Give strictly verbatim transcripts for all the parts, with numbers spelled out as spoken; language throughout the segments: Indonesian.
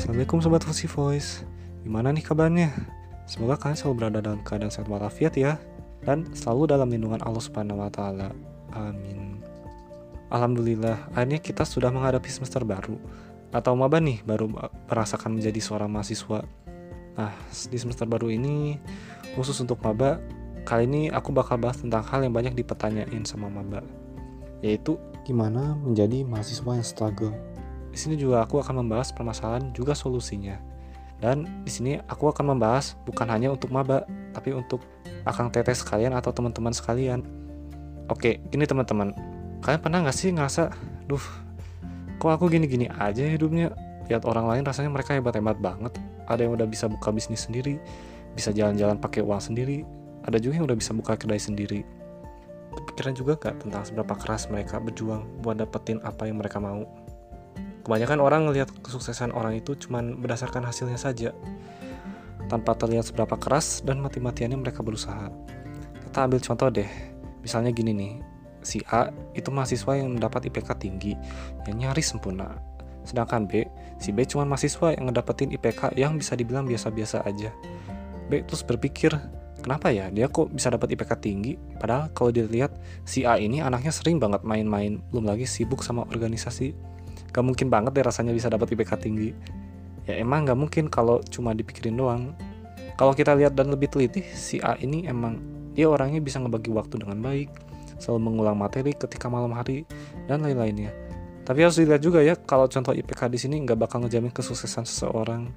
Assalamualaikum Sobat Fusi Voice. Gimana nih kabarnya? Semoga kalian selalu berada dalam keadaan sehat walafiat ya, dan selalu dalam lindungan Allah Subhanahu wa Ta'ala. Amin. Alhamdulillah, akhirnya kita sudah menghadapi semester baru, atau maba nih, baru merasakan menjadi seorang mahasiswa. Nah, di semester baru ini, khusus untuk maba, kali ini aku bakal bahas tentang hal yang banyak dipertanyain sama maba, yaitu gimana menjadi mahasiswa yang struggle. Di sini juga aku akan membahas permasalahan juga solusinya. Dan di sini aku akan membahas bukan hanya untuk maba, tapi untuk akang teteh sekalian atau teman-teman sekalian. Oke, gini teman-teman. Kalian pernah gak sih ngerasa, duh, kok aku gini-gini aja hidupnya? Lihat orang lain rasanya mereka hebat-hebat banget. Ada yang udah bisa buka bisnis sendiri, bisa jalan-jalan pakai uang sendiri. Ada juga yang udah bisa buka kedai sendiri. Kepikiran juga gak tentang seberapa keras mereka berjuang buat dapetin apa yang mereka mau? Kebanyakan orang ngelihat kesuksesan orang itu cuman berdasarkan hasilnya saja, tanpa terlihat seberapa keras dan mati-matiannya mereka berusaha. Kita ambil contoh deh, misalnya gini nih, si A itu mahasiswa yang mendapat I P K tinggi, yang nyaris sempurna. Sedangkan B, si B cuma mahasiswa yang ngedapetin I P K yang bisa dibilang biasa-biasa aja. B terus berpikir, kenapa ya dia kok bisa dapat I P K tinggi? Padahal kalau dilihat, si A ini anaknya sering banget main-main, belum lagi sibuk sama organisasi. Gak mungkin banget deh rasanya bisa dapat I P K tinggi. Ya emang gak mungkin kalau cuma dipikirin doang. Kalau kita lihat dan lebih teliti, si A ini emang dia orangnya bisa ngebagi waktu dengan baik, selalu mengulang materi ketika malam hari, dan lain-lainnya. Tapi harus dilihat juga ya, kalau contoh I P K di sini nggak bakal ngejamin kesuksesan seseorang.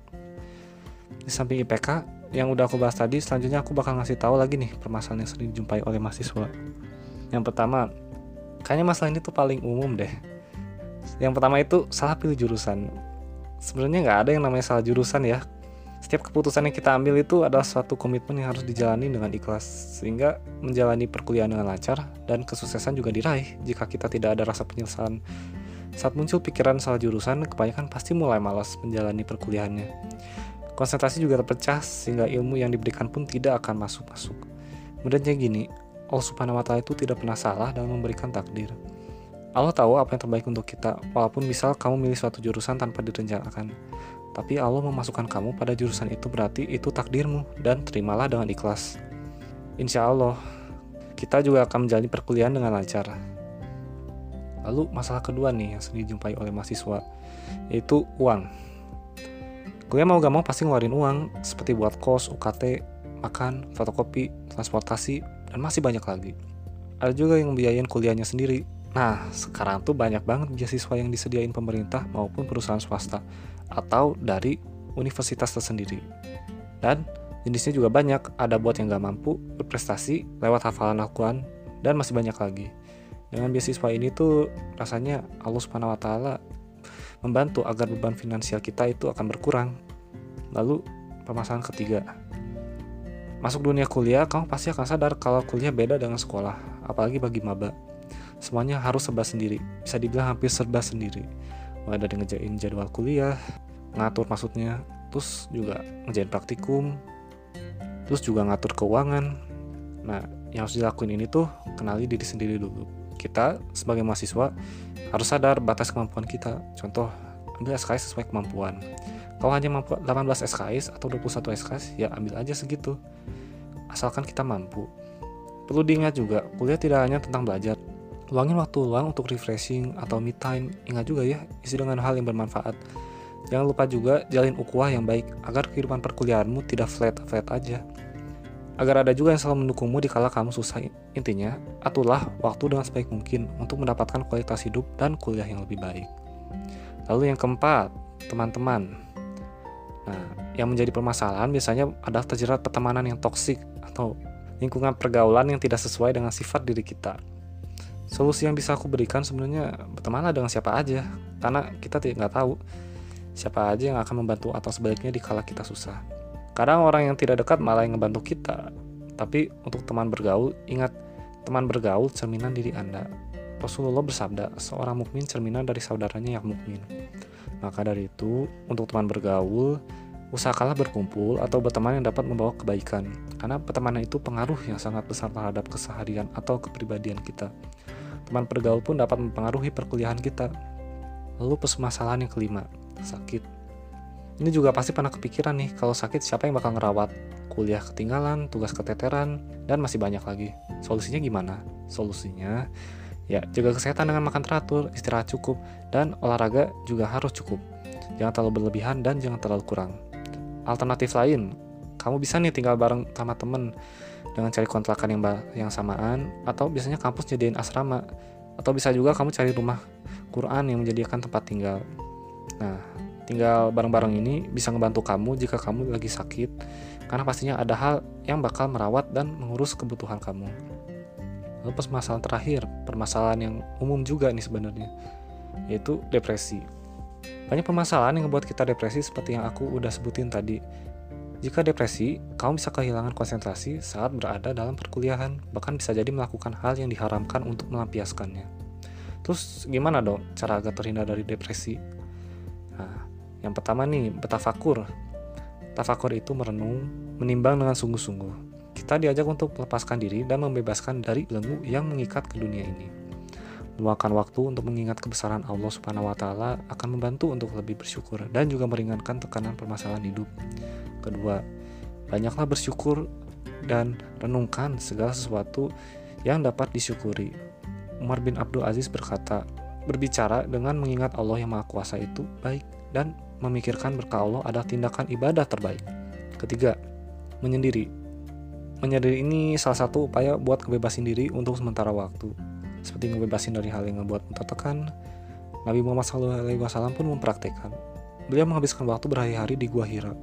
Di samping I P K yang udah aku bahas tadi, selanjutnya aku bakal ngasih tahu lagi nih permasalahan yang sering dijumpai oleh mahasiswa. Yang pertama, kayaknya masalah ini tuh paling umum deh. Yang pertama itu salah pilih jurusan. Sebenarnya nggak ada yang namanya salah jurusan ya. Setiap keputusan yang kita ambil itu adalah suatu komitmen yang harus dijalani dengan ikhlas, sehingga menjalani perkuliahan dengan lancar dan kesuksesan juga diraih. Jika kita tidak ada rasa penyesalan saat muncul pikiran salah jurusan, kebanyakan pasti mulai malas menjalani perkuliahannya. Konsentrasi juga terpecah sehingga ilmu yang diberikan pun tidak akan masuk-masuk. Kemudian gini, Allah Subhanahu wa Ta'ala itu tidak pernah salah dalam memberikan takdir. Allah tahu apa yang terbaik untuk kita, walaupun misal kamu milih suatu jurusan tanpa direncanakan. Tapi Allah memasukkan kamu pada jurusan itu berarti itu takdirmu, dan terimalah dengan ikhlas. Insya Allah, kita juga akan menjalani perkuliahan dengan lancar. Lalu masalah kedua nih yang sering dijumpai oleh mahasiswa, yaitu uang. Kuliah mau gak mau pasti ngeluarin uang, seperti buat kos, U K T, makan, fotokopi, transportasi, dan masih banyak lagi. Ada juga yang membiayain kuliahnya sendiri. Nah, sekarang tuh banyak banget beasiswa yang disediain pemerintah maupun perusahaan swasta atau dari universitas tersendiri. Dan jenisnya juga banyak, ada buat yang gak mampu berprestasi lewat hafalan Al-Quran, dan masih banyak lagi. Dengan beasiswa ini tuh rasanya Allah Subhanahu wa Ta'ala membantu agar beban finansial kita itu akan berkurang. Lalu permasalahan ketiga, masuk dunia kuliah, kamu pasti akan sadar kalau kuliah beda dengan sekolah, apalagi bagi maba. Semuanya harus serba sendiri, bisa dibilang hampir serba sendiri. Mulai dari ngejain jadwal kuliah, ngatur maksudnya, terus juga ngejain praktikum, terus juga ngatur keuangan. Nah, yang harus dilakuin ini tuh kenali diri sendiri dulu. Kita sebagai mahasiswa harus sadar batas kemampuan kita. Contoh, ambil S K S sesuai kemampuan. Kalau hanya mampu delapan belas S K S atau dua puluh satu S K S, ya ambil aja segitu. Asalkan kita mampu. Perlu diingat juga, kuliah tidak hanya tentang belajar. Luangin waktu luang untuk refreshing atau me time. Ingat juga ya, isi dengan hal yang bermanfaat. Jangan lupa juga jalin ukhuwah yang baik agar kehidupan perkuliahanmu tidak flat-flat aja. Agar ada juga yang selalu mendukungmu dikala kamu susah. Intinya, aturlah waktu dengan sebaik mungkin untuk mendapatkan kualitas hidup dan kuliah yang lebih baik. Lalu yang keempat, teman-teman. Nah, yang menjadi permasalahan biasanya adalah terjerat pertemanan yang toksik atau lingkungan pergaulan yang tidak sesuai dengan sifat diri kita. Solusi yang bisa aku berikan sebenarnya bertemanlah dengan siapa aja, karena kita tidak tahu siapa aja yang akan membantu atau sebaliknya dikala kita susah. Kadang orang yang tidak dekat malah yang ngebantu kita. Tapi untuk teman bergaul, ingat, teman bergaul cerminan diri Anda. Rasulullah bersabda, seorang mukmin cerminan dari saudaranya yang mukmin. Maka dari itu, untuk teman bergaul, usahakanlah berkumpul atau berteman yang dapat membawa kebaikan. Karena pertemanan itu pengaruh yang sangat besar terhadap keseharian atau kepribadian kita. Teman bergaul pun dapat mempengaruhi perkuliahan kita. Lalu permasalahan yang kelima, sakit. Ini juga pasti pernah kepikiran nih, kalau sakit siapa yang bakal ngerawat? Kuliah ketinggalan, tugas keteteran, dan masih banyak lagi. Solusinya gimana? Solusinya, ya jaga kesehatan dengan makan teratur, istirahat cukup, dan olahraga juga harus cukup. Jangan terlalu berlebihan dan jangan terlalu kurang. Alternatif lain, kamu bisa nih tinggal bareng sama temen dengan cari kontrakan yang yang samaan, atau biasanya kampus jadiin asrama, atau bisa juga kamu cari rumah Quran yang menjadikan tempat tinggal. Nah, tinggal bareng-bareng ini bisa ngebantu kamu jika kamu lagi sakit, karena pastinya ada hal yang bakal merawat dan mengurus kebutuhan kamu. Lalu permasalahan terakhir, permasalahan yang umum juga nih sebenarnya, yaitu depresi. Banyak permasalahan yang membuat kita depresi seperti yang aku udah sebutin tadi. Jika depresi, kamu bisa kehilangan konsentrasi saat berada dalam perkuliahan, bahkan bisa jadi melakukan hal yang diharamkan untuk melampiaskannya. Terus gimana dong cara agar terhindar dari depresi? Nah, yang pertama nih, bertafakur. Tafakur itu merenung, menimbang dengan sungguh-sungguh. Kita diajak untuk melepaskan diri dan membebaskan dari belenggu yang mengikat ke dunia ini. Meluangkan waktu untuk mengingat kebesaran Allah Subhanahu wa taala akan membantu untuk lebih bersyukur dan juga meringankan tekanan permasalahan hidup. Kedua, banyaklah bersyukur dan renungkan segala sesuatu yang dapat disyukuri. Umar bin Abdul Aziz berkata, berbicara dengan mengingat Allah yang Maha Kuasa itu baik, dan memikirkan berkah Allah adalah tindakan ibadah terbaik. Ketiga, menyendiri. Menyendiri ini salah satu upaya buat kebebasin diri untuk sementara waktu. Seperti ngebebasin dari hal yang membuat tertekan, Nabi Muhammad shallallahu alaihi wasallam pun mempraktekkan. Beliau menghabiskan waktu berhari-hari di Gua Hira,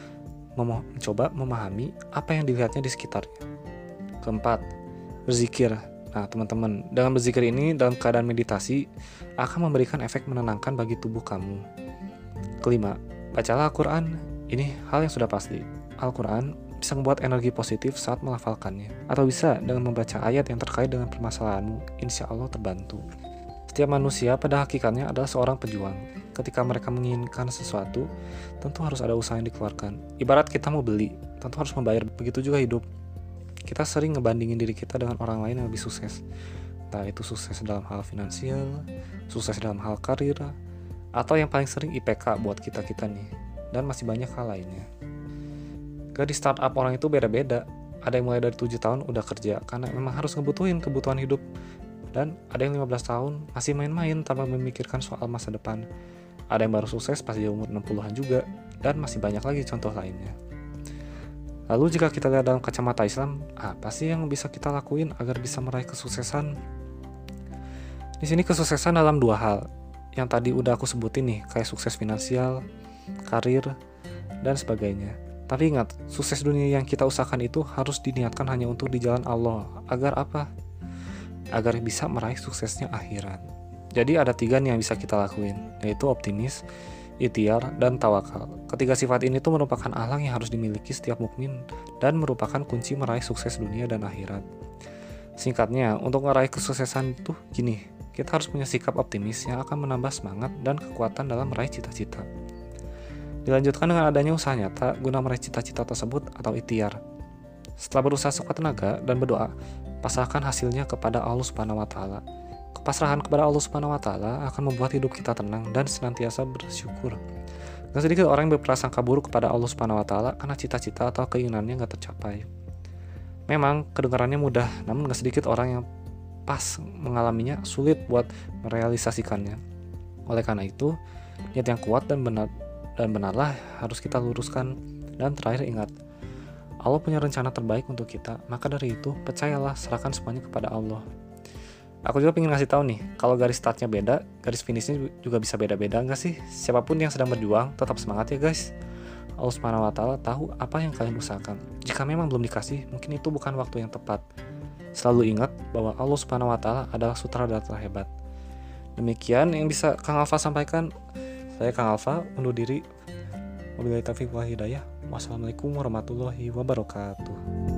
mencoba memahami apa yang dilihatnya di sekitarnya. Keempat, berzikir. Nah teman-teman, dengan berzikir ini dalam keadaan meditasi akan memberikan efek menenangkan bagi tubuh kamu. Kelima, bacalah Al-Quran. Ini hal yang sudah pasti. Al-Quran bisa membuat energi positif saat melafalkannya, atau bisa dengan membaca ayat yang terkait dengan permasalahanmu, insya Allah terbantu. Setiap manusia pada hakikatnya adalah seorang pejuang. Ketika mereka menginginkan sesuatu, tentu harus ada usaha yang dikeluarkan. Ibarat kita mau beli, tentu harus membayar. Begitu juga hidup. Kita sering ngebandingin diri kita dengan orang lain yang lebih sukses. Entah itu sukses dalam hal finansial, sukses dalam hal karir, atau yang paling sering I P K buat kita-kita nih. Dan masih banyak hal lainnya. Gaji startup orang itu beda-beda. Ada yang mulai dari tujuh tahun udah kerja karena memang harus ngebutuhin kebutuhan hidup. Dan ada yang lima belas tahun masih main-main tanpa memikirkan soal masa depan. Ada yang baru sukses pas di umur enam puluhan juga. Dan masih banyak lagi contoh lainnya. Lalu jika kita lihat dalam kacamata Islam, apa sih yang bisa kita lakuin agar bisa meraih kesuksesan? Di sini kesuksesan dalam dua hal. Yang tadi udah aku sebutin nih, kayak sukses finansial, karir, dan sebagainya. Tapi ingat, sukses dunia yang kita usahakan itu harus diniatkan hanya untuk di jalan Allah. Agar apa? Agar bisa meraih suksesnya akhirat. Jadi ada tiga nih yang bisa kita lakuin, yaitu optimis, ikhtiar, dan tawakal. Ketiga sifat ini tuh merupakan akhlak yang harus dimiliki setiap mukmin dan merupakan kunci meraih sukses dunia dan akhirat. Singkatnya, untuk meraih kesuksesan itu gini, kita harus punya sikap optimis yang akan menambah semangat dan kekuatan dalam meraih cita-cita. Dilanjutkan dengan adanya usaha nyata guna meraih cita-cita tersebut atau ikhtiar. Setelah berusaha sekuat tenaga dan berdoa, pasrahkan hasilnya kepada Allah Subhanahu wa taala. Kepasrahan kepada Allah Subhanahu wa taala akan membuat hidup kita tenang dan senantiasa bersyukur. Gak sedikit orang yang berprasangka buruk kepada Allah Subhanahu wa taala karena cita-cita atau keinginannya gak tercapai. Memang kedengarannya mudah, namun gak sedikit orang yang pas mengalaminya sulit buat merealisasikannya. Oleh karena itu, niat yang kuat dan benar dan benarlah harus kita luruskan. Dan terakhir ingat, Allah punya rencana terbaik untuk kita. Maka dari itu, percayalah, serahkan semuanya kepada Allah. Aku juga pengen ngasih tahu nih, kalau garis startnya beda, garis finishnya juga bisa beda-beda nggak sih? Siapapun yang sedang berjuang, tetap semangat ya guys. Allah Subhanahu wa taala tahu apa yang kalian usahakan. Jika memang belum dikasih, mungkin itu bukan waktu yang tepat. Selalu ingat bahwa Allah Subhanahu wa taala adalah sutradara terhebat. Demikian yang bisa Kang Alfa sampaikan. Saya Kang Alfa undur diri. Wabillahi taufiq wal hidayah. Wassalamualaikum warahmatullahi wabarakatuh.